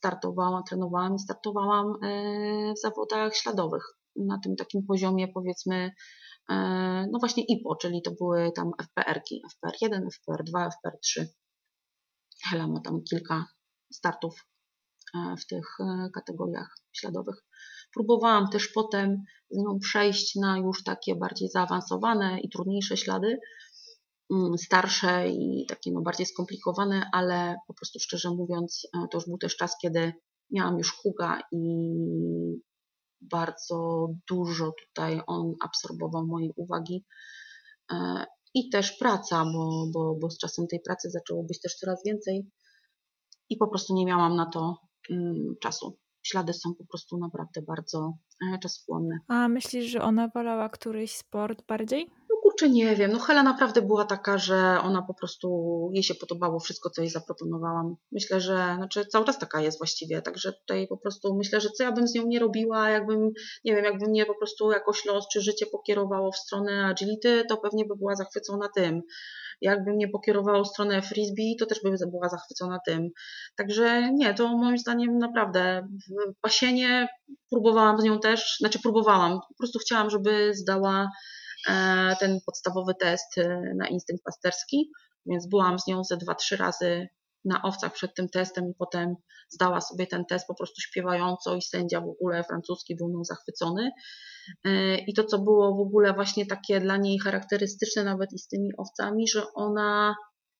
startowałam, trenowałam i startowałam w zawodach śladowych na tym takim poziomie, powiedzmy, no właśnie I P O, czyli to były tam F P R-ki, F P R jeden, F P R dwa, F P R trzy. Hela ma tam kilka startów w tych kategoriach śladowych. Próbowałam też potem z nią przejść na już takie bardziej zaawansowane i trudniejsze ślady, starsze i takie no bardziej skomplikowane, ale po prostu szczerze mówiąc, to już był też czas, kiedy miałam już Huga i bardzo dużo tutaj on absorbował mojej uwagi i też praca, bo, bo, bo z czasem tej pracy zaczęło być też coraz więcej i po prostu nie miałam na to um, czasu. Ślady są po prostu naprawdę bardzo czasochłonne. A myślisz, że ona wolała któryś sport bardziej? No kurczę, nie wiem. No Hela naprawdę była taka, że ona po prostu, jej się podobało wszystko, co jej zaproponowałam. Myślę, że, znaczy cały czas taka jest właściwie, także tutaj po prostu myślę, że co ja bym z nią nie robiła, jakbym, nie wiem, jakby mnie po prostu jakoś los czy życie pokierowało w stronę agility, to pewnie by była zachwycona tym. Jakby mnie pokierowało w stronę frisbee, to też bym była zachwycona tym. Także nie, to moim zdaniem naprawdę w basienie próbowałam z nią też, znaczy próbowałam, po prostu chciałam, żeby zdała ten podstawowy test na instynkt pasterski, więc byłam z nią ze dwa, trzy razy na owcach przed tym testem i potem zdała sobie ten test po prostu śpiewająco i sędzia w ogóle francuski był nią zachwycony. I to, co było w ogóle właśnie takie dla niej charakterystyczne nawet i z tymi owcami, że ona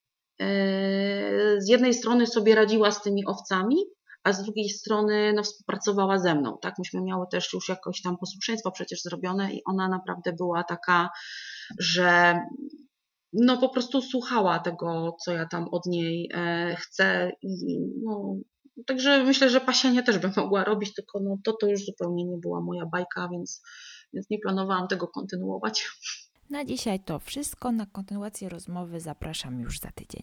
z jednej strony sobie radziła z tymi owcami, a z drugiej strony no, współpracowała ze mną, tak? Myśmy miały też już jakoś tam posłuszeństwo przecież zrobione i ona naprawdę była taka, że no po prostu słuchała tego, co ja tam od niej e, chcę i no, także myślę, że pasienie też bym mogła robić, tylko no to, to już zupełnie nie była moja bajka, więc, więc nie planowałam tego kontynuować. Na dzisiaj to wszystko. Na kontynuację rozmowy zapraszam już za tydzień.